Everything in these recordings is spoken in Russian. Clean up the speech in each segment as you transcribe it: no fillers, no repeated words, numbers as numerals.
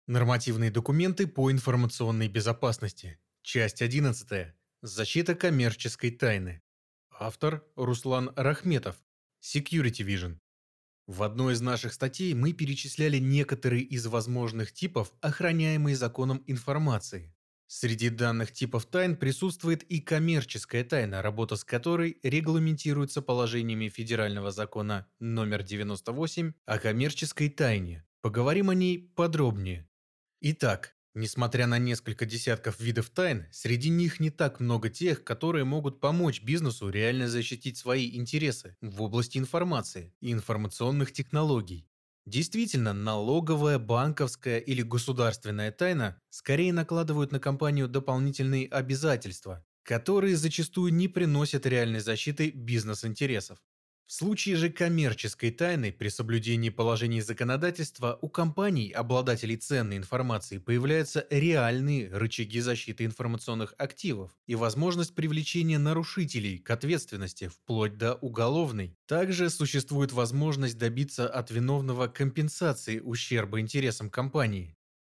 Нормативные документы по информационной безопасности. Часть 11. Защита коммерческой тайны. Автор Руслан Рахметов. Security Vision. В одной из наших статей мы перечисляли некоторые из возможных типов, охраняемой законом информации. Среди данных типов тайн присутствует и коммерческая тайна, работа с которой регламентируется положениями Федерального закона номер 98 о коммерческой тайне. Поговорим о ней подробнее. Итак, несмотря на несколько десятков видов тайн, среди них не так много тех, которые могут помочь бизнесу реально защитить свои интересы в области информации и информационных технологий. Действительно, налоговая, банковская или государственная тайна скорее накладывают на компанию дополнительные обязательства, которые зачастую не приносят реальной защиты бизнес-интересов. В случае же коммерческой тайны при соблюдении положений законодательства у компаний, обладателей ценной информации, появляются реальные рычаги защиты информационных активов и возможность привлечения нарушителей к ответственности вплоть до уголовной. Также существует возможность добиться от виновного компенсации ущерба интересам компании.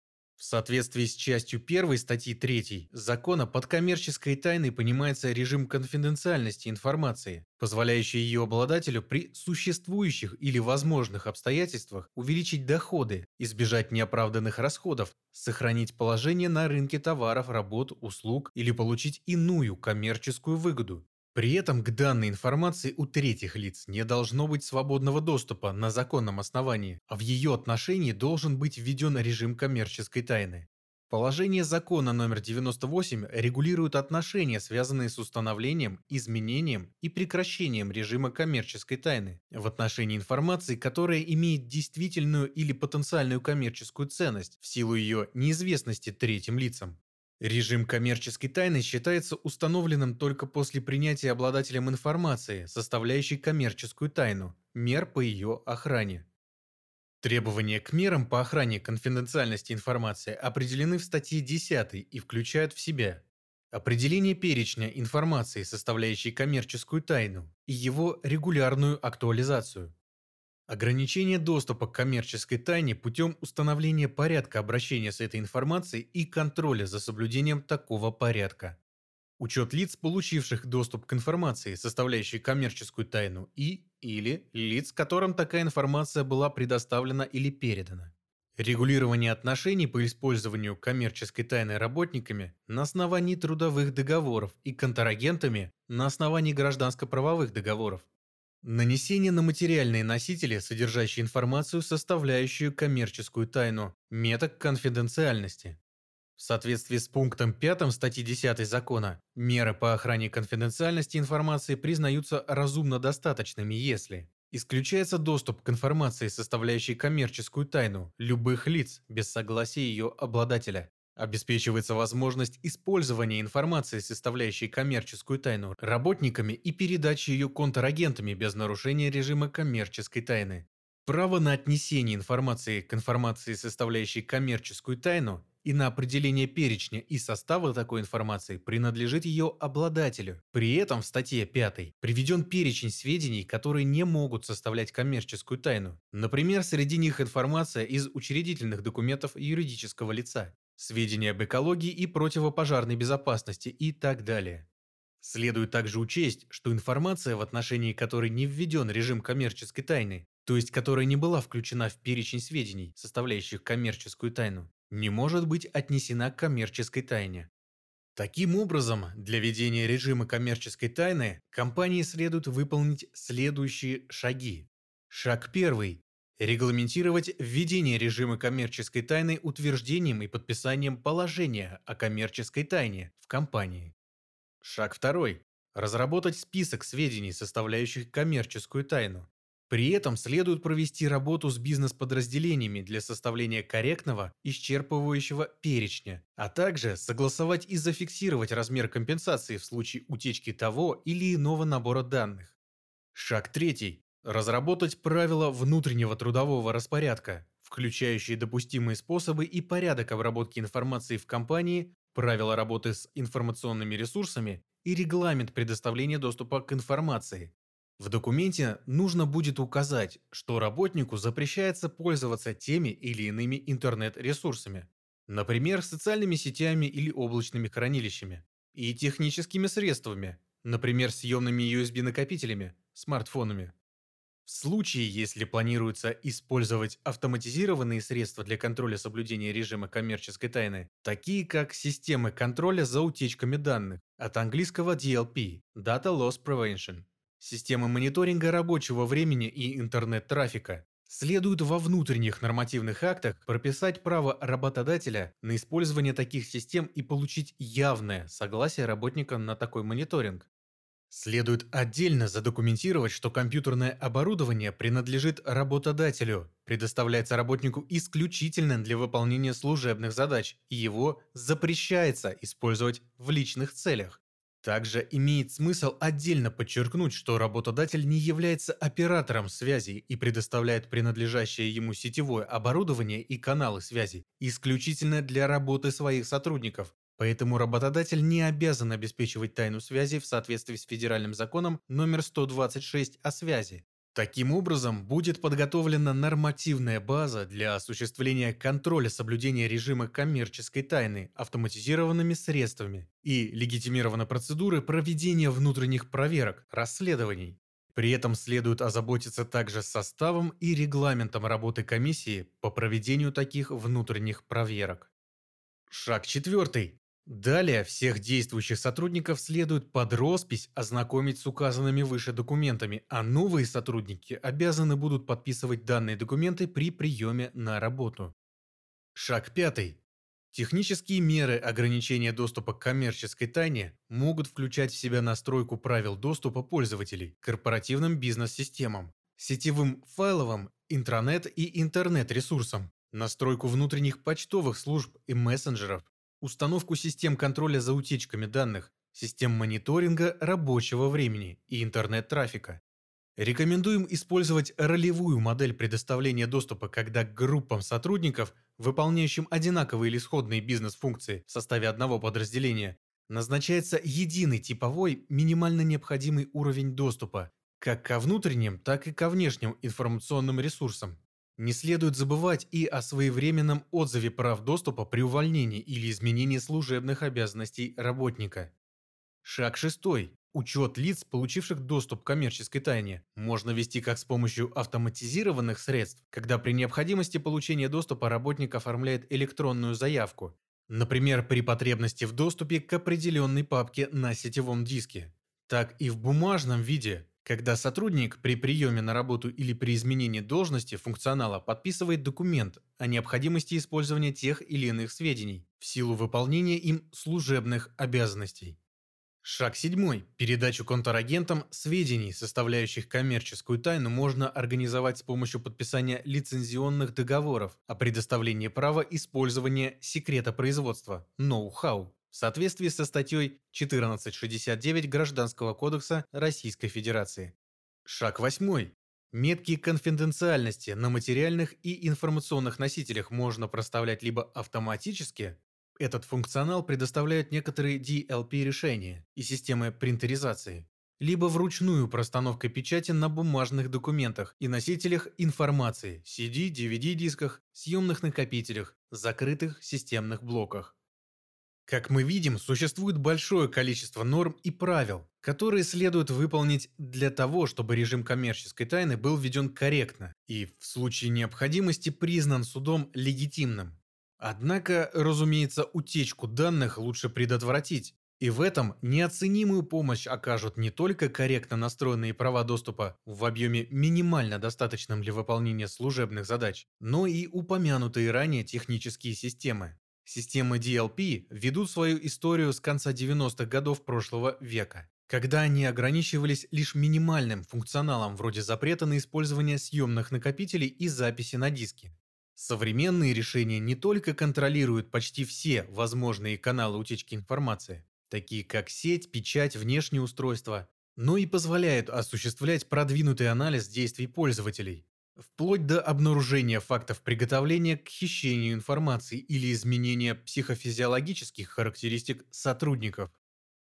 В соответствии с частью 1 статьи 3 закона под коммерческой тайной понимается режим конфиденциальности информации, позволяющий ее обладателю при существующих или возможных обстоятельствах увеличить доходы, избежать неоправданных расходов, сохранить положение на рынке товаров, работ, услуг или получить иную коммерческую выгоду. При этом к данной информации у третьих лиц не должно быть свободного доступа на законном основании, а в ее отношении должен быть введен режим коммерческой тайны. Положение закона номер 98 регулирует отношения, связанные с установлением, изменением и прекращением режима коммерческой тайны в отношении информации, которая имеет действительную или потенциальную коммерческую ценность в силу ее неизвестности третьим лицам. Режим коммерческой тайны считается установленным только после принятия обладателем информации, составляющей коммерческую тайну, мер по ее охране. Требования к мерам по охране конфиденциальности информации определены в статье 10 и включают в себя определение перечня информации, составляющей коммерческую тайну, и его регулярную актуализацию. Ограничение доступа к коммерческой тайне путем установления порядка обращения с этой информацией и контроля за соблюдением такого порядка. Учет лиц, получивших доступ к информации, составляющей коммерческую тайну, и или лиц, которым такая информация была предоставлена или передана. Регулирование отношений по использованию коммерческой тайны работниками на основании трудовых договоров и контрагентами на основании гражданско-правовых договоров. Нанесение на материальные носители, содержащие информацию, составляющую коммерческую тайну, метод конфиденциальности. В соответствии с пунктом 5 статьи 10 закона, меры по охране конфиденциальности информации признаются разумно достаточными, если исключается доступ к информации, составляющей коммерческую тайну, любых лиц без согласия ее обладателя. Обеспечивается возможность использования информации, составляющей коммерческую тайну, работниками и передачи ее контрагентами без нарушения режима коммерческой тайны. Право на отнесение информации к информации, составляющей коммерческую тайну, и на определение перечня и состава такой информации принадлежит ее обладателю. При этом в статье 5 приведен перечень сведений, которые не могут составлять коммерческую тайну. Например, среди них информация из учредительных документов юридического лица, сведения об экологии и противопожарной безопасности и так далее. Следует также учесть, что информация, в отношении которой не введен режим коммерческой тайны, то есть которая не была включена в перечень сведений, составляющих коммерческую тайну, не может быть отнесена к коммерческой тайне. Таким образом, для ведения режима коммерческой тайны компании следует выполнить следующие шаги. Шаг 1. Регламентировать введение режима коммерческой тайны утверждением и подписанием положения о коммерческой тайне в компании. Шаг 2. Разработать список сведений, составляющих коммерческую тайну. При этом следует провести работу с бизнес-подразделениями для составления корректного, исчерпывающего перечня, а также согласовать и зафиксировать размер компенсации в случае утечки того или иного набора данных. Шаг 3. Разработать правила внутреннего трудового распорядка, включающие допустимые способы и порядок обработки информации в компании, правила работы с информационными ресурсами и регламент предоставления доступа к информации. В документе нужно будет указать, что работнику запрещается пользоваться теми или иными интернет-ресурсами, например, социальными сетями или облачными хранилищами, и техническими средствами, например, съемными USB-накопителями, смартфонами. В случае, если планируется использовать автоматизированные средства для контроля соблюдения режима коммерческой тайны, такие как системы контроля за утечками данных, от английского DLP – Data Loss Prevention, системы мониторинга рабочего времени и интернет-трафика, следует во внутренних нормативных актах прописать право работодателя на использование таких систем и получить явное согласие работника на такой мониторинг. Следует отдельно задокументировать, что компьютерное оборудование принадлежит работодателю, предоставляется работнику исключительно для выполнения служебных задач, и его запрещается использовать в личных целях. Также имеет смысл отдельно подчеркнуть, что работодатель не является оператором связи и предоставляет принадлежащее ему сетевое оборудование и каналы связи исключительно для работы своих сотрудников. Поэтому работодатель не обязан обеспечивать тайну связи в соответствии с федеральным законом номер 126 о связи. Таким образом, будет подготовлена нормативная база для осуществления контроля соблюдения режима коммерческой тайны автоматизированными средствами и легитимированы процедуры проведения внутренних проверок, расследований. При этом следует озаботиться также составом и регламентом работы комиссии по проведению таких внутренних проверок. Шаг четвертый. Далее всех действующих сотрудников следует под роспись ознакомить с указанными выше документами, а новые сотрудники обязаны будут подписывать данные документы при приеме на работу. Шаг пятый. Технические меры ограничения доступа к коммерческой тайне могут включать в себя настройку правил доступа пользователей к корпоративным бизнес-системам, сетевым файловым, интранет и интернет-ресурсам, настройку внутренних почтовых служб и мессенджеров, установку систем контроля за утечками данных, систем мониторинга рабочего времени и интернет-трафика. Рекомендуем использовать ролевую модель предоставления доступа, когда к группам сотрудников, выполняющим одинаковые или сходные бизнес-функции в составе одного подразделения, назначается единый типовой минимально необходимый уровень доступа, как ко внутренним, так и ко внешним информационным ресурсам. Не следует забывать и о своевременном отзыве прав доступа при увольнении или изменении служебных обязанностей работника. Шаг шестой. Учет лиц, получивших доступ к коммерческой тайне, можно вести как с помощью автоматизированных средств, когда при необходимости получения доступа работник оформляет электронную заявку, например, при потребности в доступе к определенной папке на сетевом диске, так и в бумажном виде, когда сотрудник при приеме на работу или при изменении должности функционала подписывает документ о необходимости использования тех или иных сведений в силу выполнения им служебных обязанностей. Шаг седьмой. Передачу контрагентам сведений, составляющих коммерческую тайну, можно организовать с помощью подписания лицензионных договоров о предоставлении права использования секрета производства, ноу-хау, в соответствии со статьей 1469 Гражданского кодекса Российской Федерации. Шаг восьмой. Метки конфиденциальности на материальных и информационных носителях можно проставлять либо автоматически. Этот функционал предоставляют некоторые DLP-решения и системы принтеризации, либо вручную простановкой печати на бумажных документах и носителях информации, CD, DVD-дисках, съемных накопителях, закрытых системных блоках. Как мы видим, существует большое количество норм и правил, которые следует выполнить для того, чтобы режим коммерческой тайны был введен корректно и в случае необходимости признан судом легитимным. Однако, разумеется, утечку данных лучше предотвратить, и в этом неоценимую помощь окажут не только корректно настроенные права доступа в объеме минимально достаточном для выполнения служебных задач, но и упомянутые ранее технические системы. Системы DLP ведут свою историю с конца 90-х годов прошлого века, когда они ограничивались лишь минимальным функционалом вроде запрета на использование съемных накопителей и записи на диске. Современные решения не только контролируют почти все возможные каналы утечки информации, такие как сеть, печать, внешние устройства, но и позволяют осуществлять продвинутый анализ действий пользователей, вплоть до обнаружения фактов приготовления к хищению информации или изменения психофизиологических характеристик сотрудников.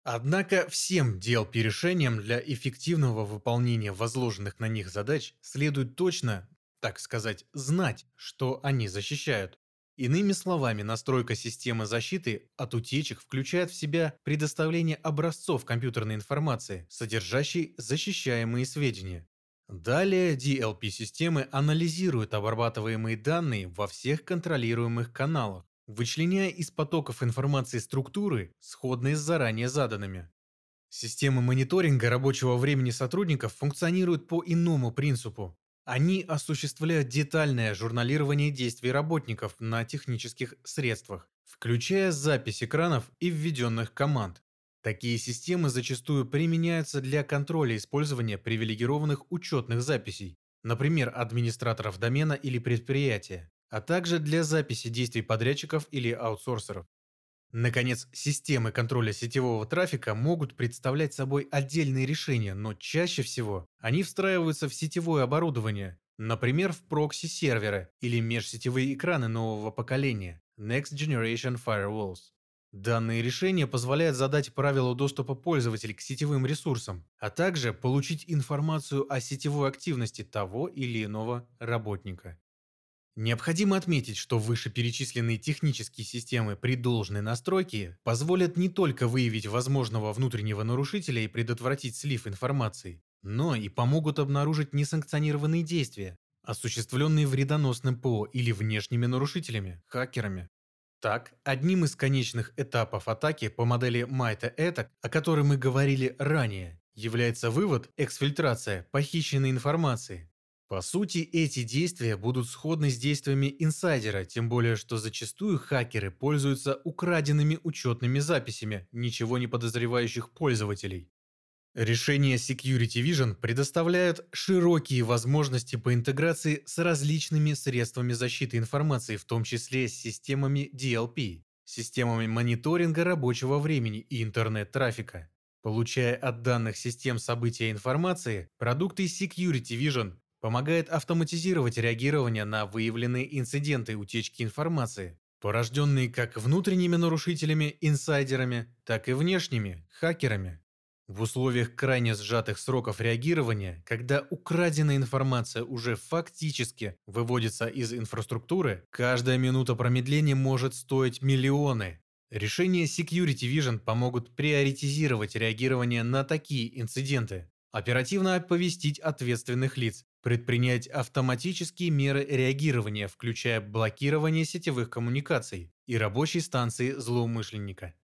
Однако всем DLP-решениям для эффективного выполнения возложенных на них задач следует точно, так сказать, знать, что они защищают. Иными словами, настройка системы защиты от утечек включает в себя предоставление образцов компьютерной информации, содержащей защищаемые сведения. Далее DLP-системы анализируют обрабатываемые данные во всех контролируемых каналах, вычленяя из потоков информации структуры, сходные с заранее заданными. Системы мониторинга рабочего времени сотрудников функционируют по иному принципу. Они осуществляют детальное журналирование действий работников на технических средствах, включая запись экранов и введенных команд. Такие системы зачастую применяются для контроля использования привилегированных учетных записей, например, администраторов домена или предприятия, а также для записи действий подрядчиков или аутсорсеров. Наконец, системы контроля сетевого трафика могут представлять собой отдельные решения, но чаще всего они встраиваются в сетевое оборудование, например, в прокси-серверы или межсетевые экраны нового поколения Next Generation Firewalls. Данные решения позволяют задать правила доступа пользователей к сетевым ресурсам, а также получить информацию о сетевой активности того или иного работника. Необходимо отметить, что вышеперечисленные технические системы при должной настройке позволят не только выявить возможного внутреннего нарушителя и предотвратить слив информации, но и помогут обнаружить несанкционированные действия, осуществленные вредоносным ПО или внешними нарушителями, хакерами. Так, одним из конечных этапов атаки по модели Майта Этак, о которой мы говорили ранее, является вывод, эксфильтрация похищенной информации. По сути, эти действия будут сходны с действиями инсайдера, тем более, что зачастую хакеры пользуются украденными учетными записями ничего не подозревающих пользователей. Решения Security Vision предоставляют широкие возможности по интеграции с различными средствами защиты информации, в том числе с системами DLP, системами мониторинга рабочего времени и интернет-трафика. Получая от данных систем события информации, продукты Security Vision помогают автоматизировать реагирование на выявленные инциденты утечки информации, порожденные как внутренними нарушителями, инсайдерами, так и внешними, хакерами. В условиях крайне сжатых сроков реагирования, когда украденная информация уже фактически выводится из инфраструктуры, каждая минута промедления может стоить миллионы. Решения Security Vision помогут приоритизировать реагирование на такие инциденты, оперативно оповестить ответственных лиц, предпринять автоматические меры реагирования, включая блокирование сетевых коммуникаций и рабочей станции злоумышленника.